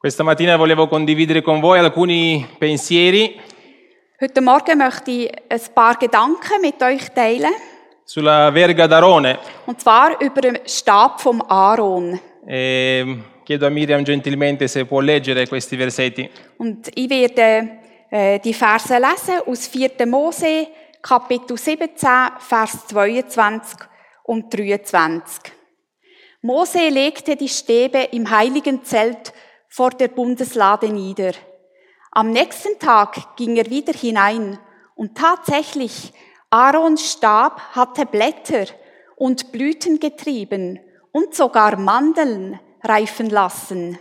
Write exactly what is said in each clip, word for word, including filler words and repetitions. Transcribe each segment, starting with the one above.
Questa mattina volevo condividere con voi alcuni pensieri Heute Morgen möchte ich ein paar Gedanken mit euch teilen. sulla verga d'Arone. Und zwar über den Stab vom Aaron. E chiedo a Miriam gentilmente se può leggere questi versetti. Und ich werde äh, die Verse lesen aus vierten Mose, Kapitel siebzehn, Vers zweiundzwanzig und dreiundzwanzig. Mose legte die Stäbe im heiligen Zelt vor der Bundeslade nieder. Am nächsten Tag ging er wieder hinein und tatsächlich, Aarons Stab hatte Blätter und Blüten getrieben und sogar Mandeln reifen lassen.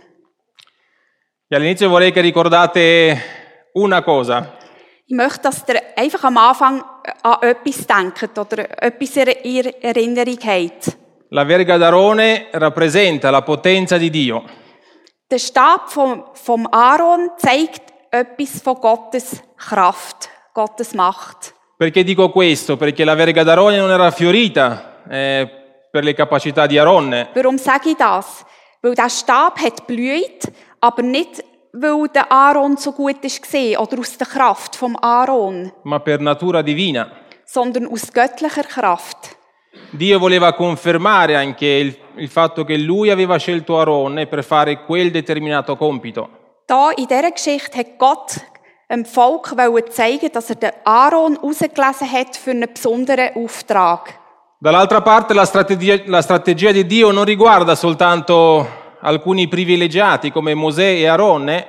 E all'inizio vorrei che ricordate una cosa. Ich möchte, dass ihr einfach am Anfang an etwas denkt oder etwas in Erinnerung habt. La verga d'Arone rappresenta la potenza di Dio. Der Stab vom, vom Aaron zeigt etwas von Gottes Kraft, Gottes Macht. Perché dico questo? Perché la verga d'Arone non era fiorita eh, per le capacità di Aronne, Warum sage ich das? Weil der Stab hat blüht, aber nicht, weil der Aaron so gut ist gesehen oder aus der Kraft vom Aaron, ma per natura divina. sondern aus göttlicher Kraft. Dio voleva confermare anche il, il fatto che lui aveva scelto Aronne per fare quel determinato compito. Da in dieser Geschichte hat Gott dem Volk wollen zeigen, dass er den Aaron ausgelesen hat für einen besonderen Auftrag. Dall'altra parte la strategia, la strategia di Dio non riguarda soltanto alcuni privilegiati come Mosè e Aronne,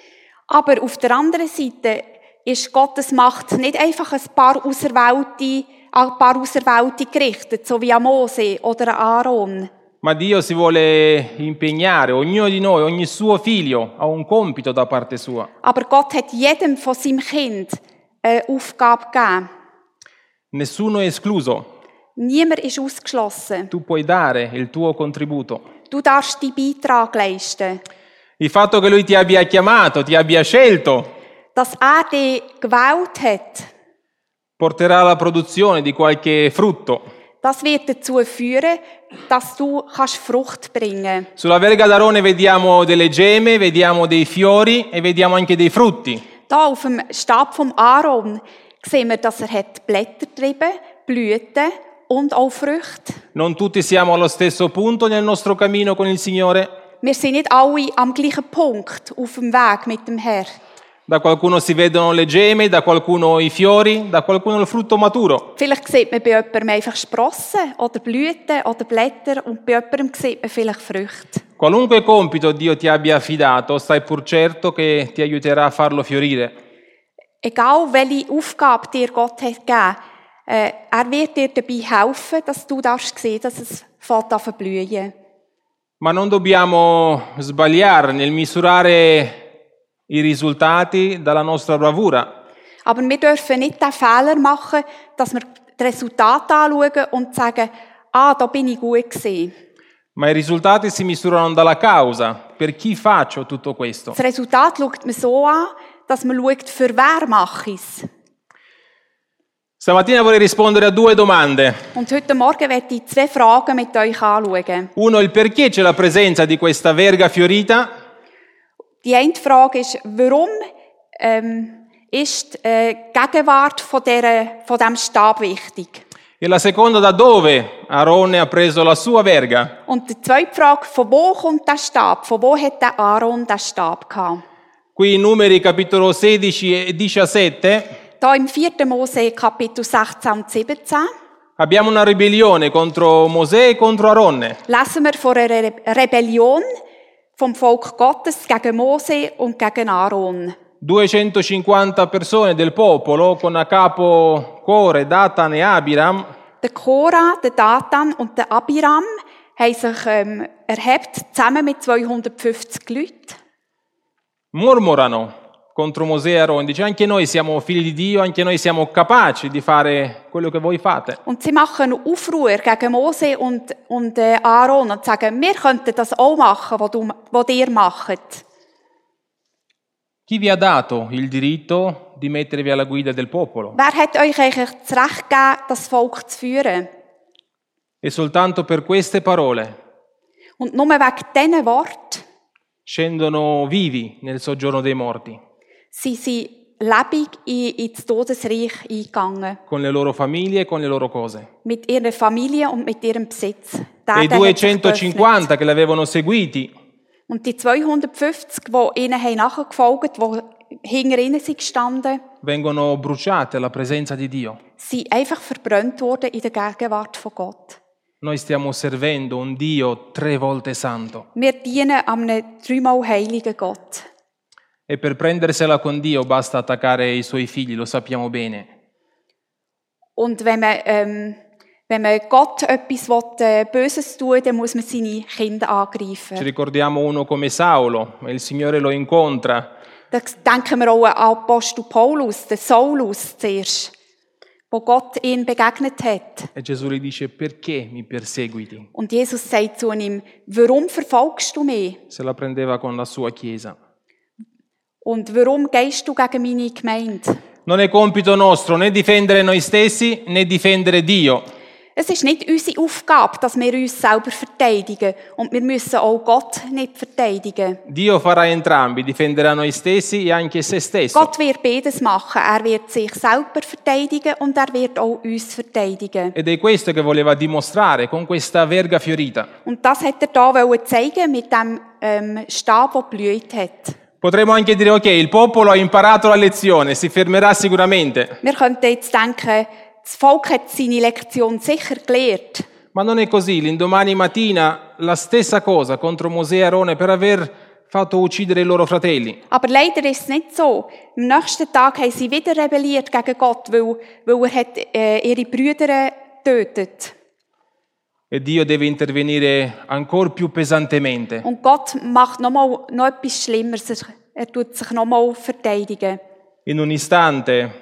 Aber auf der anderen Seite ist Gottes Macht nicht einfach ein paar Auserwählte, ein paar Auserwählte gerichtet, so wie an Mose oder an Aaron. ma Dio si vuole impegnare, ognuno di noi, ogni suo figlio ha un compito da parte sua. Aber Gott hat jedem von seinem Kind eine Aufgabe gegeben. Nessuno è escluso, Niemand ist ausgeschlossen. tu puoi dare il tuo contributo. Du darfst deinen Beitrag leisten. Il fatto che lui ti abbia chiamato, ti abbia scelto, Dass er dich gewählt hat, porterà alla produzione di qualche frutto. das wird dazu führen, dass du kannst Frucht bringen kannst. Sulla verga d'Arone vediamo delle gemme, vediamo dei fiori e vediamo anche dei frutti. Da auf dem Stab vom Aaron sehen wir, dass er hat Blätter getrieben, Blüten und auch Früchte. Non tutti siamo allo stesso punto nel nostro cammino con il Signore. Wir sind nicht alle am gleichen Punkt auf dem Weg mit dem Herrn. Da qualcuno si vedono le gemme, da qualcuno i fiori, da qualcuno il frutto maturo. Vielleicht sieht man bei jemandem einfach Sprossen oder Blüten oder Blätter und bei jemandem sieht man vielleicht Früchte. Qualunque compito Dio ti abbia affidato, stai pur certo che ti aiuterà a farlo fiorire. Egal welche Aufgabe dir Gott hat gegeben, äh, er wird dir dabei helfen, dass du darfst sehen, dass es fängt an zu blühen. Ma non dobbiamo sbagliare nel misurare i risultati dalla nostra bravura. Aber wir dürfen nicht den Fehler machen, dass wir die Resultate anschauen und sagen, ah, da bin ich gut gewesen. Ma i risultati si misurano dalla causa, per chi faccio tutto questo. Das Resultat schaut man so an, dass man schaut, für wer mache ich es. Stamattina vorrei rispondere a due domande. Und heute Morgen werde ich zwei Fragen mit euch anschauen. Uno, il perché c'è la presenza di questa verga fiorita. Die eine Frage ist, warum ähm, ist die äh, Gegenwart von, dieser, von diesem Stab wichtig? E la seconda, da dove Aronne ha preso la sua verga. Und die zweite Frage, von wo kommt der Stab? Von wo hat der Aaron den Stab gehabt? Qui in Numeri capitolo sedici e diciassette Da im vierten Mose Kapitel sechzehn und siebzehn abbiamo una ribellione contro Mosè e contro Aronne. lesen wir von einer Re Rebellion vom Volk Gottes gegen Mose und gegen Aaron. duecentocinquanta persone del popolo con a capo Core, Datan e Abiram Der Korah, der Datan und der Abiram haben sich ähm, erhebt, zusammen mit zweihundertfünfzig Leuten. mormorano contro Mosè e Aronne. Dice anche noi siamo figli di Dio, anche noi siamo capaci di fare quello che voi fate. Und sie machen einen Aufruhr gegen Mose und, und äh, Aaron und sagen, wir könnten das auch machen, was, du, was ihr macht. Chi vi ha dato il diritto di mettervi alla guida del popolo? Wer hat euch eigentlich das Recht gegeben, das Volk zu führen? E soltanto per queste parole Und nur wegen diesen Worten scendono vivi nel soggiorno dei morti, Sie sind lebendig in, ins Todesreich eingegangen. con le loro famiglie e con le loro cose. Mit ihrer Familie und mit ihrem Besitz. Die E i Erde hat sich geöffnet. duecentocinquanta che l'avevano seguiti Und die zweihundertfünfzig, die ihnen haben nachgefolgt, die hinter ihnen sind gestanden, vengono bruciate alla presenza di Dio. sind einfach verbrannt worden in der Gegenwart von Gott. Noi stiamo servendo un Dio tre volte santo Wir dienen einem dreimal heiligen Gott. e per prendersela con Dio basta attaccare i suoi figli, lo sappiamo bene. Und wenn man, ähm, wenn man Gott etwas will, äh, Böses tun, dann muss man seine Kinder Ci angreifen. ricordiamo uno come Saulo, e il Signore lo incontra Da denken wir auch an Apostel Paulus, den Saulus zuerst, wo Gott ihm begegnet hat. e Gesù gli dice: perché mi perseguiti? Und Jesus sagt zu ihm, warum verfolgst du mich? Se la prendeva con la sua Chiesa. Und warum gehst du gegen meine Gemeinde? Non è compito nostro né difendere noi stessi né difendere Dio. Es ist nicht unsere Aufgabe, dass wir uns selber verteidigen. Und wir müssen auch Gott nicht verteidigen. Dio farà entrambi, difenderà noi stessi e anche se stesso. Gott wird beides machen. Er wird sich selber verteidigen und er wird auch uns verteidigen. Ed è questo che voleva dimostrare con questa verga fiorita. Und das hat er da wollen zeigen mit dem ähm, Stab, der blüht hat. Potremmo anche dire: ok, il popolo ha imparato la lezione, si fermerà sicuramente. Wir könnten jetzt denken, das Volk hat seine Lektion sicher gelehrt. Ma non è così. L'indomani mattina la stessa cosa contro Mosè e Aarone per aver fatto uccidere i loro fratelli. Aber leider ist es nicht so. Am nächsten Tag haben sie wieder rebelliert gegen Gott, weil, weil er hat, äh, ihre Brüder getötet. E Dio deve intervenire ancora più pesantemente. Und Gott macht noch, mal, noch etwas Schlimmeres. Er, er tut sich noch mal verteidigen. In un istante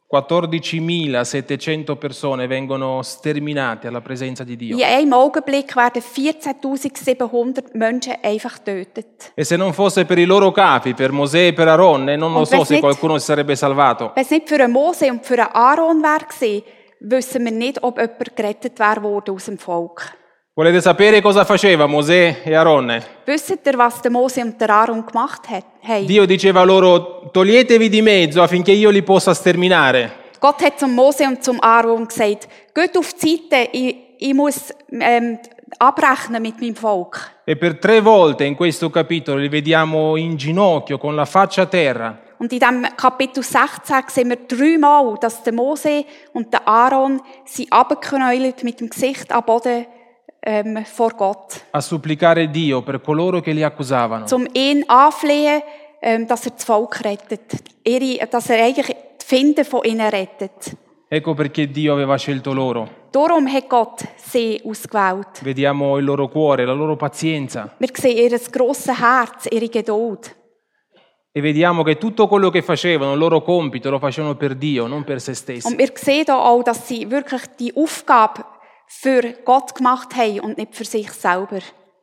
quattordicimilasettecento persone vengono sterminate alla presenza di Dio. In einem Augenblick werden vierzehntausendsiebenhundert Menschen einfach getötet. E se non fosse per i loro capi, per Mosè e per Aronne, non lo Und so wenn's se nicht- qualcuno si sarebbe salvato. Wenn es nicht für einen Mose und für einen Aaron wäre gewesen, wissen wir nicht, ob jemand gerettet wäre worden aus dem Volk. Volete sapere cosa faceva Mosè e Aronne? Wisst ihr, was der Mose und der Aaron gemacht hat- haben? Dio diceva loro: toglietevi di mezzo affinché io li possa sterminare. Gott hat zum Mose und zum Aaron gesagt, geht auf die Seite, ich, ich muss ähm, abrechnen mit meinem Volk. E per tre volte in questo capitolo li vediamo in ginocchio, con la faccia a terra, Und in diesem Kapitel sechzehn sehen wir dreimal, dass der Mose und der Aaron sie runtergeknäult mit dem Gesicht am Boden ähm, vor Gott. a supplicare Dio per coloro che li accusavano. Zum ihn anflehen, ähm, dass er das Volk rettet. Ihre, dass er eigentlich die Finden von ihnen rettet. Ecco perché Dio aveva scelto loro. Darum hat Gott sie ausgewählt. Vediamo il loro cuore, la loro pazienza Wir sehen ihr grosses Herz, ihre Geduld. e vediamo che tutto quello che facevano, il loro compito, lo facevano per Dio, non per se stessi. Und wir sehen hier auch, dass sie wirklich die Aufgabe für Gott gemacht haben und nicht für sich selber.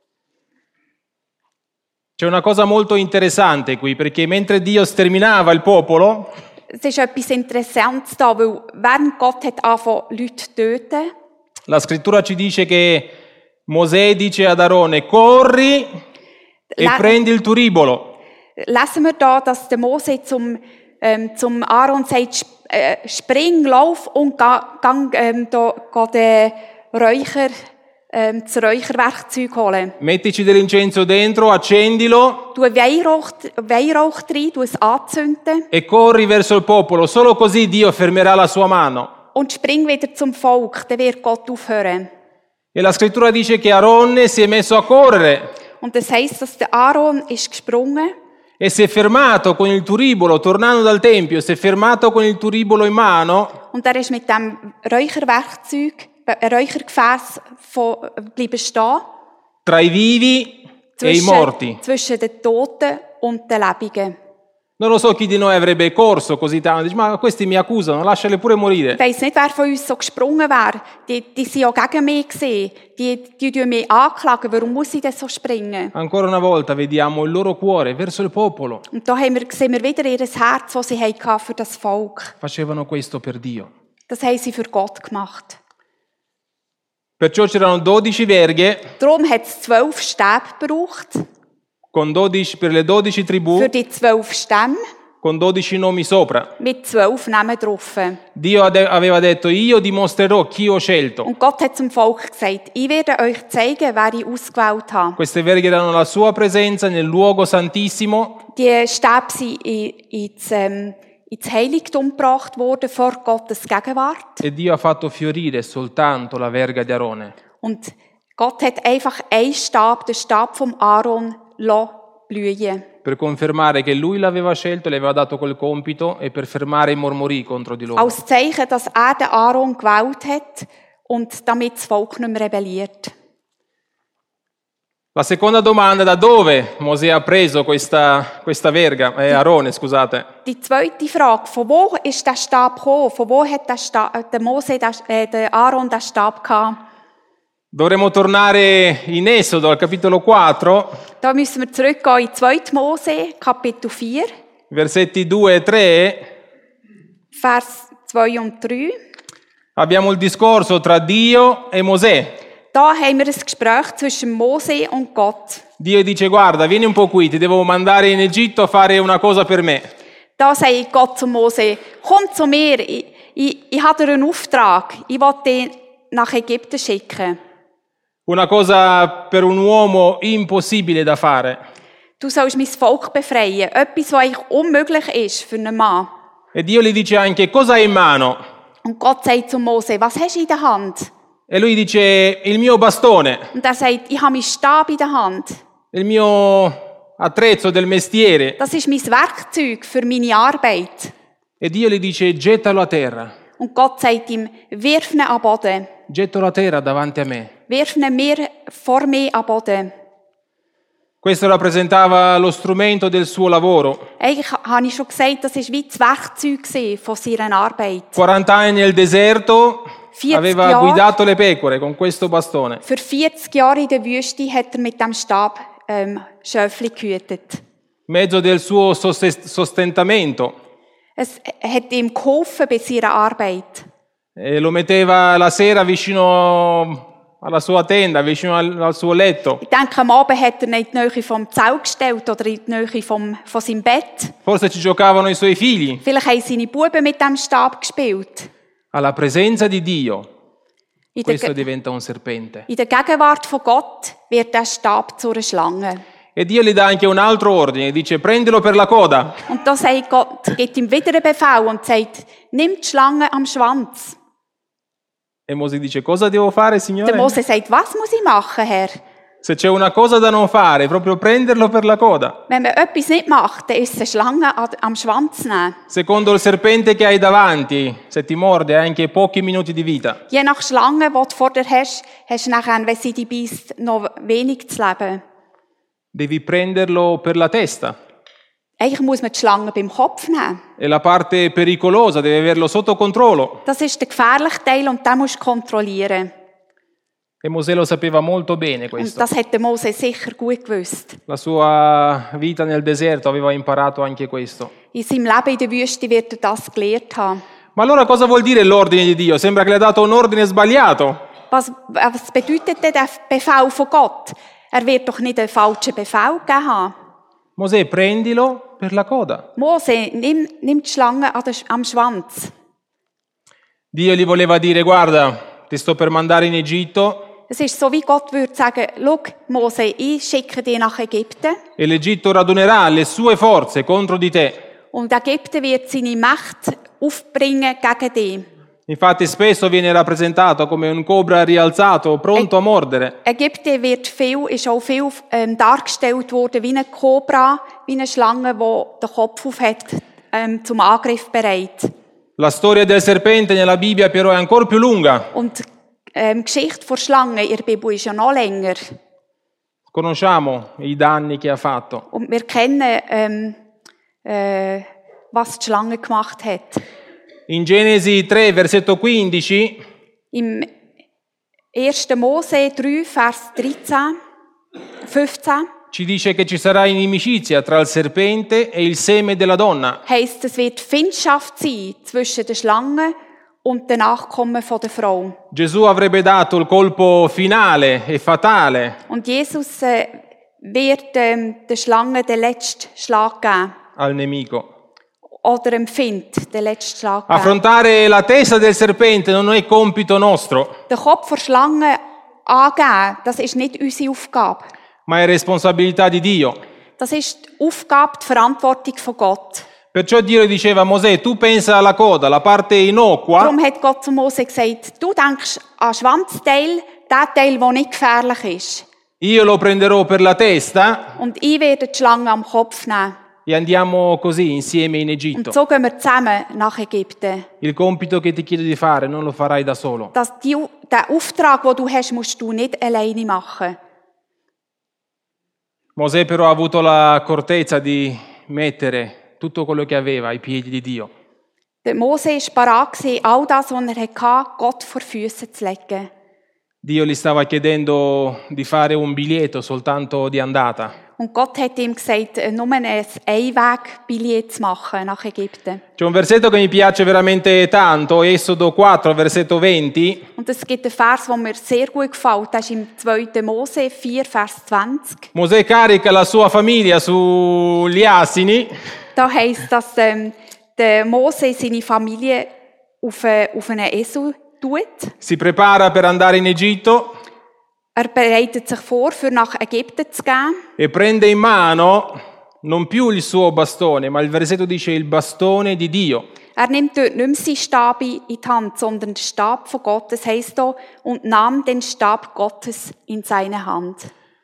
C'è una cosa molto interessante qui, perché mentre Dio sterminava il popolo, Es ist etwas Interessantes da, weil während Gott hat angefangen, Leute zu töten, la scrittura ci dice che Mosè dice ad Aarone: corri e La- prendi il turibolo. lesen wir da, dass der Mose zum, ähm, zum Aaron sagt, sp äh, spring, lauf und ga, gang ähm, da, ga den Räucher, ähm, das Räucherwerkzeug holen. Mettici dell'incenso dentro, accendilo Tu Weihrauch, Weihrauch rein, tu es anzünden e corri verso il popolo. Solo così Dio fermerà la sua mano. und spring wieder zum Volk, dann wird Gott aufhören. E la scrittura dice che Aronne si è messo a correre Und das heisst, dass der Aaron ist gesprungen e si è fermato con il turibolo, tornando dal tempio, si è fermato con il turibolo in mano und er ist mit dem Räucherwerkzeug, äh, Räuchergefäß von, bleiben stehen. tra i vivi e i morti. zwischen den Toten und den Lebenden. Non lo so chi di noi avrebbe corso così tanto, dice: ma questi mi accusano, lasciali pure morire. Ich weiss nicht, wer von uns so gesprungen wäre. Die, die sind ja gegen mich gewesen. Die, die, die mich anklagen. Warum muss ich denn so springen? Ancora una volta vediamo il loro cuore verso il popolo. Und da haben wir, sehen wir wieder ihr Herz, das sie hatten für das Volk. Facevano questo per Dio. Das haben sie für Gott gemacht. Perciò c'erano dodici verghe Darum hat es zwölf Stäbe gebraucht. con dodici, per le dodici tribù, für die zwölf Stämme, con dodici nomi sopra. mit zwölf Namen drauf. Dio ade- aveva detto, io dimostrerò chi ho scelto. Und Gott hat zum Volk gesagt, ich werde euch zeigen, wer ich ausgewählt habe. Queste verghe erano la sua presenza nel luogo santissimo, Die Stäbe sind in, ins, ähm, ins Heiligtum gebracht worden, vor Gottes Gegenwart. e Dio ha fatto fiorire soltanto la verga di Arone. Und Gott hat einfach einen Stab, den Stab vom Aaron, lassen blühen. Per confermare che lui l'aveva scelto, le aveva dato quel compito e per fermare i mormori contro di loro. Als Zeichen, dass er den Aaron gewählt hat und damit das Volk nicht mehr rebelliert. La seconda domanda, da dove Mosè ha preso questa, questa verga, eh, Arone, scusate. Die zweite Frage, von wo ist der Stab gekommen? Von wo hat der, Stab, der Mose, der, äh, der Aaron den Stab gehabt? Dovremmo tornare in Esodo al capitolo quattro, Da müssen wir zurückgehen in zweite Mose, Kapitel vier, versetti due e tre. Vers zwei und drei. Abbiamo il discorso tra Dio e Mosè. Da haben wir ein Gespräch zwischen Mose und Gott. Dio dice, guarda, vieni un po' qui, ti devo mandare in Egitto a fare una cosa per me. Da sagt Gott zu Mose, komm zu mir, ich, ich, ich habe dir einen Auftrag, ich will dich nach Ägypten schicken. Una cosa per un uomo impossibile da fare. Du sollst mein Volk befreien, etwas, was eigentlich unmöglich ist für einen Mann. E Dio gli dice anche, cosa hai in mano? Und Gott sagt zu Mose, was hast du in der Hand? E lui dice, il mio bastone, Und er sagt, ich habe meinen Stab in der Hand. il mio attrezzo del mestiere. Das ist mein Werkzeug für meine Arbeit. E Dio gli dice, gettalo a terra. Und Gott sagt ihm, wirf ihn an Boden. Gettalo a terra davanti a me. Wirf ihn mir vor mir an Boden. Questo rappresentava lo strumento del suo lavoro. Eigentlich habe ich schon gesagt, das war wie das Werkzeug von seiner Arbeit. quaranta anni nel deserto, vierzig aveva Jahre. guidato le pecore con questo bastone. Für vierzig Jahre in der Wüste hat er mit dem Stab ähm, Schöfli gehütet. Mezzo del suo sost- sostentamento. Es hat ihm geholfen bei seiner Arbeit. E lo metteva la sera vicino alla sua tenda, vicino al, al suo letto. Ich denke, am Abend hat er ihn in die Nähe vom Zelt gestellt oder in die Nähe vom, von seinem Bett. Forse ci giocavano i suoi figli. Vielleicht haben seine Buben mit dem Stab gespielt. Alla presenza di Dio, In der, questo Ge- diventa un serpente. in der Gegenwart von Gott wird der Stab zu einer Schlange. E Dio gli dà anche un altro ordine, dice prendilo per la coda. Und da sagt Gott, gibt ihm wieder einen Befehl und sagt, nimm die Schlange am Schwanz. E Mosè dice, cosa devo fare, Der Signore? Mose sagt, was muss ich machen, Herr? Se c'è una cosa da non fare, è proprio prenderlo per la coda. Wenn man etwas nicht macht, dann ist es eine Schlange an- am Schwanz nehmen. Secondo il serpente che hai davanti, se ti morde hai anche pochi minuti di vita. Je nach Schlange, die du vor dir hast, hast du nachher, wenn sie dich beißt, noch wenig zu leben. Devi prenderlo per la testa. Eigentlich muss man die Schlange beim Kopf nehmen. È la parte pericolosa, devi averlo sotto controllo. Das ist der gefährliche Teil und den musst du kontrollieren. E Mosè lo sapeva molto bene Und questo. das hat der Mose sicher gut gewusst. La sua vita nel deserto aveva imparato anche questo. In seinem Leben in der Wüste wird er das gelernt haben. Ma allora cosa vuol dire l'ordine di Dio? Sembra che le ha dato un ordine sbagliato. Was, was bedeutet denn der Befehl von Gott? Er wird doch nicht einen falschen Befehl gegeben haben. Mosè, prendilo per la coda. Mose, nimm, nimm die Schlange an der, am Schwanz. Dio gli voleva dire, guarda, ti sto per mandare in Egitto Es ist so, wie Gott würde sagen, schau, Mose, ich schicke dich nach Ägypten e l'Egitto radunerà le sue forze contro di te. und Ägypten wird seine Macht aufbringen gegen dich. Infatti spesso viene rappresentato come un cobra rialzato, pronto a mordere. Ägypten wird viel, ist auch viel ähm, dargestellt worden wie eine Kobra, wie eine Schlange, die den Kopf auf hat, ähm, zum Angriff bereit. La storia del serpente nella Bibbia però è ancora più lunga. Und ähm, die Geschichte der Schlange in der Bibel ist ja noch länger. Conosciamo i danni che ha fatto. Und wir kennen, ähm, äh, was die Schlange gemacht hat. In Genesi tre, versetto quindici, Im ersten Mose drei, Vers dreizehn, fünfzehn ci dice che ci sarà inimicizia tra il serpente e il seme della donna. heisst, es wird Feindschaft sein zwischen der Schlange und den Nachkommen von der Frau. Gesù avrebbe dato il colpo finale e fatale Und Jesus äh, wird ähm, der Schlange den letzten Schlag geben. al nemico. Oder dem Find den letzten Schlag geben. Affrontare la testa del serpente non è compito nostro, Den Kopf der Schlange angeben, das ist nicht unsere Aufgabe. ma è responsabilità di Dio. Das ist die Aufgabe, die Verantwortung von Gott. Perciò Dio diceva a Mosè, tu pensa alla coda, la parte innocua, Darum hat Gott zu Mose gesagt, du denkst an den Schwanzteil, den Teil, der nicht gefährlich ist. io lo prenderò per la testa Und ich werde die Schlange am Kopf nehmen. e andiamo così insieme in Egitto. Und so gehen wir zusammen nach Ägypten. Il compito che ti chiedo di fare non lo farai da solo. Das, die, den Auftrag, den du hast, musst du nicht alleine machen. Mosè però ha avuto l'accortezza di mettere tutto quello che aveva ai piedi di Dio. Der Mose war bereit, all das, was er hatte, Gott vor die Füße zu legen. Dio gli stava chiedendo di fare un biglietto soltanto di andata. Und Gott hat ihm gesagt, nur ein Einwegbillett zu machen nach Ägypten. C'è un versetto che mi piace veramente tanto, Esodo quattro, versetto venti. Und es gibt einen Vers, der mir sehr gut gefällt. Das ist im zweiten Mose vier, Vers zwanzig. Mosè carica la sua famiglia sugli asini Da heisst, dass ähm, der Mose seine Familie auf, äh, auf einen Esel tut. si prepara per andare in Egitto Er bereitet sich vor, für nach Ägypten zu gehen. e prende in mano non più il suo bastone, ma il versetto dice il bastone di Dio. Er nimmt dort nicht mehr seinen Stab in die Hand, sondern den Stab von Gott. Das heisst hier, und nahm den Stab Gottes in seine Hand.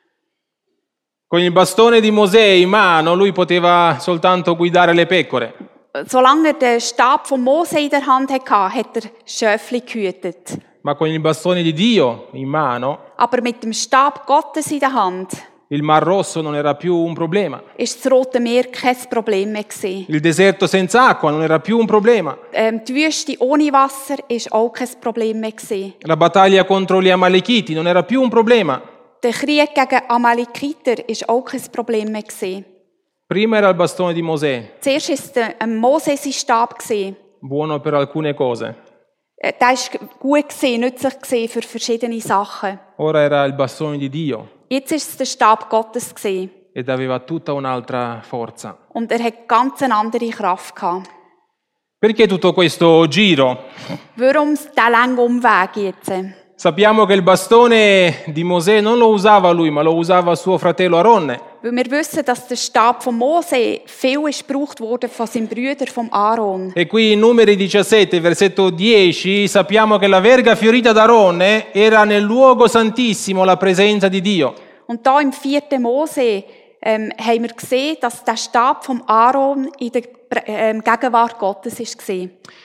Con il bastone di Mosè in mano lui poteva soltanto guidare le pecore. Solange er den Stab von Mose in der Hand hatte, hat er Schöfli gehütet. Ma con il bastone di Dio in mano, Aber mit dem Stab Gottes in der Hand il Mar Rosso non era più un problema. ist das Rote Meer kein Problem mehr gewesen. Il deserto senza acqua non era più un problema. Ähm, die Wüste ohne Wasser ist auch kein Problem mehr gewesen. La battaglia contro gli Amalekiti non era più un problema. Der Krieg gegen Amalekiter ist auch kein Problem mehr gewesen. Prima era il bastone di Mosè, Zuerst war es der ähm, Mose sein Stab gewesen. buono per alcune cose. Äh, Der war gut gewesen, nützlich gewesen für verschiedene Sachen. Ora era il bastone di Dio Jetzt ist es der Stab Gottes gewesen. ed aveva tutta un'altra forza. Und er hat ganz eine andere Kraft gehabt. Perché tutto questo giro? Warum der lange Umweg jetzt? Sappiamo che il bastone di Mosè non lo usava lui, ma lo usava suo fratello Aronne. Weil wir wissen, dass der Stab von Mose viel ist gebraucht wurde von seinem Bruder, vom Aaron. E qui in Numeri diciassette, versetto dieci, sappiamo che la verga fiorita d'Aronne era nel luogo santissimo la presenza di Dio. Und da im vierten Mose ähm, haben wir gesehen, dass der Stab vom Aaron in der ähm, Gegenwart Gottes war.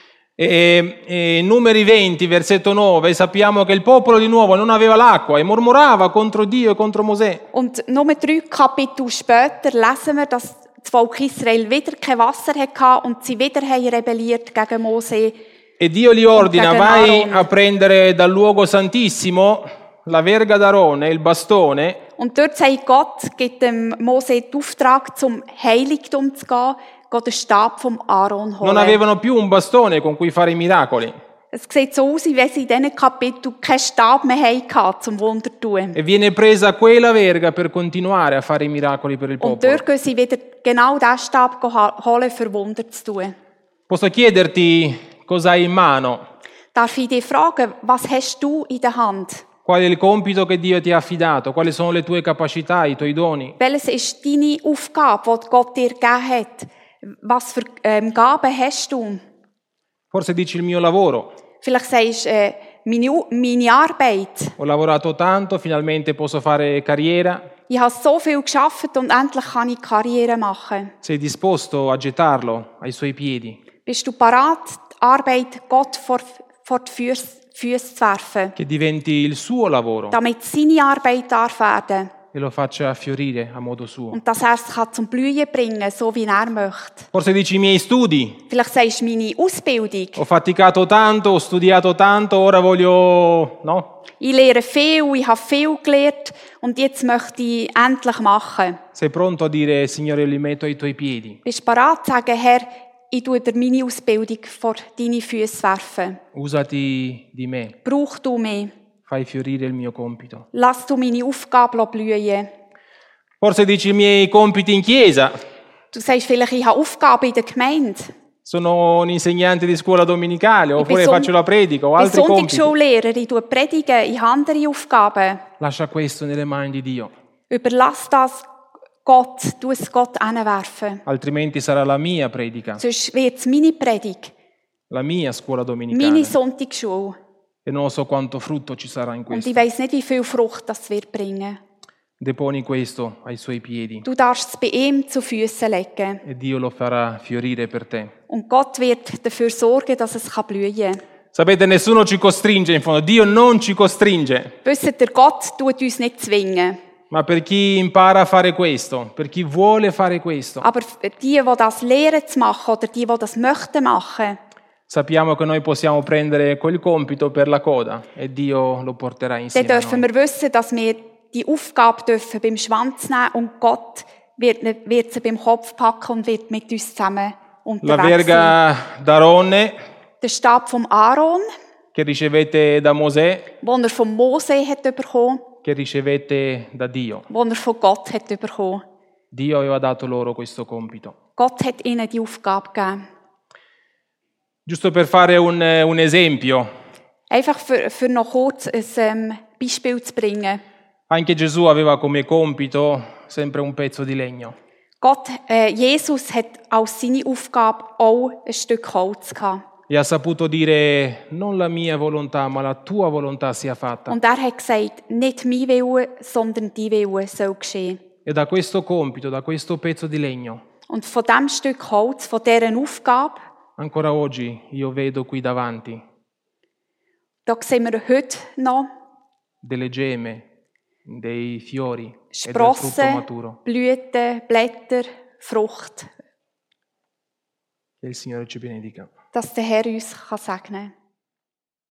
E, e in Numeri venti, versetto nove, sappiamo che il popolo di nuovo non aveva l'acqua e mormorava contro Dio e contro Mosè. Und nur drei Kapitel später lesen wir, dass das Volk Israel wieder kein Wasser hatte und sie wieder haben rebelliert gegen Mose. E Dio gli ordina, gegen vai Aaron. a prendere dal luogo santissimo la verga d'Aronne, il bastone, Und dort sagt Gott, gibt dem Mose den Auftrag, zum Heiligtum zu gehen, geht den Stab vom Aaron holen. non avevano più un bastone con cui fare i miracoli. Es sieht so aus, wie wenn sie in diesen Kapiteln keinen Stab mehr hatten, zum Wunder zu tun. E viene presa quella verga per continuare a fare i miracoli per il Und popolo. dort gehen sie wieder genau diesen Stab holen, für Wunder zu tun. Posso chiederti cosa hai in mano? Darf ich dich fragen, was hast du in der Hand? Qual è il compito che Dio ti ha affidato? Quali sono le tue capacità, i tuoi doni? Welches ist deine Aufgabe, die Gott dir gegeben hat? Was für ähm, Gaben hast du? Forse dici il mio lavoro. Vielleicht sagst du, äh, meine, meine Arbeit. Ho lavorato tanto, finalmente posso fare carriera. Ich habe so viel geschafft und endlich kann ich Karriere machen. Sei disposto a gettarlo ai suoi piedi? Bist du parat, die Arbeit Gott vor, vor die Füße, Füße zu werfen, Che diventi il suo lavoro damit seine Arbeit darf werden e lo faccia fiorire a modo suo. und dass er es kann zum Blühen bringen, so wie er möchte. Forse dici i miei studi. Vielleicht sagst du meine Ausbildung. Ho faticato tanto, ho studiato tanto, ora voglio... No? Ich lehre viel, ich habe viel gelernt und jetzt möchte ich endlich machen. Sei pronto a dire, Signore, li metto ai tuoi piedi. Bist du bereit zu sagen, Herr, ich tue dir meine Ausbildung vor deine Füße werfen. Usati di me, Brauch du mich. fai fiorire il mio compito. Lass du meine Aufgabe blühen. Forse dici i miei compiti in chiesa. Du sagst vielleicht, ich habe Aufgaben in der Gemeinde. Sono un insegnante di scuola domenicale, oppure son- faccio la predica o Ich bin altri compiti. Sonntagsschullehrerin, ich tue predigen, ich habe andere Aufgaben. Lascia questo nelle mani di Dio, Überlass das Gott, tu es Gott hinwerfen. altrimenti sarà la mia predica, Sonst wird es meine Predigt, la mia scuola meine domenicale. Sonntagsschule. E non so quanto frutto ci sarà in Und questo. ich weiss nicht, wie viel Frucht das wird bringen. Deponi questo ai suoi piedi Du darfst es bei ihm zu Füßen legen. e Dio lo farà fiorire per te. Und Gott wird dafür sorgen, dass es blühen kann. Sapete, nessuno ci costringe in fondo, Dio non ci costringe, Wisst ihr, Gott tut uns nicht zwingen. ma per chi impara a fare questo, per chi vuole fare questo, Aber die, die das lehren zu machen oder die, die das möchten machen, sappiamo che noi possiamo prendere quel compito per la coda e Dio lo porterà dann insieme a dürfen noi. wir wissen, dass wir die Aufgabe dürfen beim Schwanz nehmen und Gott wird, wird sie beim Kopf packen und wird mit uns zusammen La unterwegs sein. verga d'Aronne Der Stab vom Aaron, che ricevete da Mosè, den er von Mose hat bekommen, che ricevete da Dio. den er von Gott hat bekommen. Dio aveva dato loro questo compito. Gott hat ihnen die Aufgabe gegeben. Giusto per fare un, un esempio, Einfach für, für noch kurz ein ähm, Beispiel zu bringen. anche Gesù aveva come compito sempre un pezzo di legno. Gott, äh, Jesus hat als seine Aufgabe auch ein Stück Holz gehabt. E ha saputo dire non la mia volontà, ma la tua volontà sia fatta. Und er hat gesagt, nicht mein Wille, sondern dein Wille soll geschehen. E da questo compito, da questo pezzo di legno, Und von diesem Stück Holz, von dieser Aufgabe, ancora oggi io vedo qui davanti da sehen wir heute noch delle gemme, dei fiori e del frutto Sprossen, maturo. Blüten, Blätter, Frucht, Che il Signore ci benedica. dass der Herr uns kann segnen kann.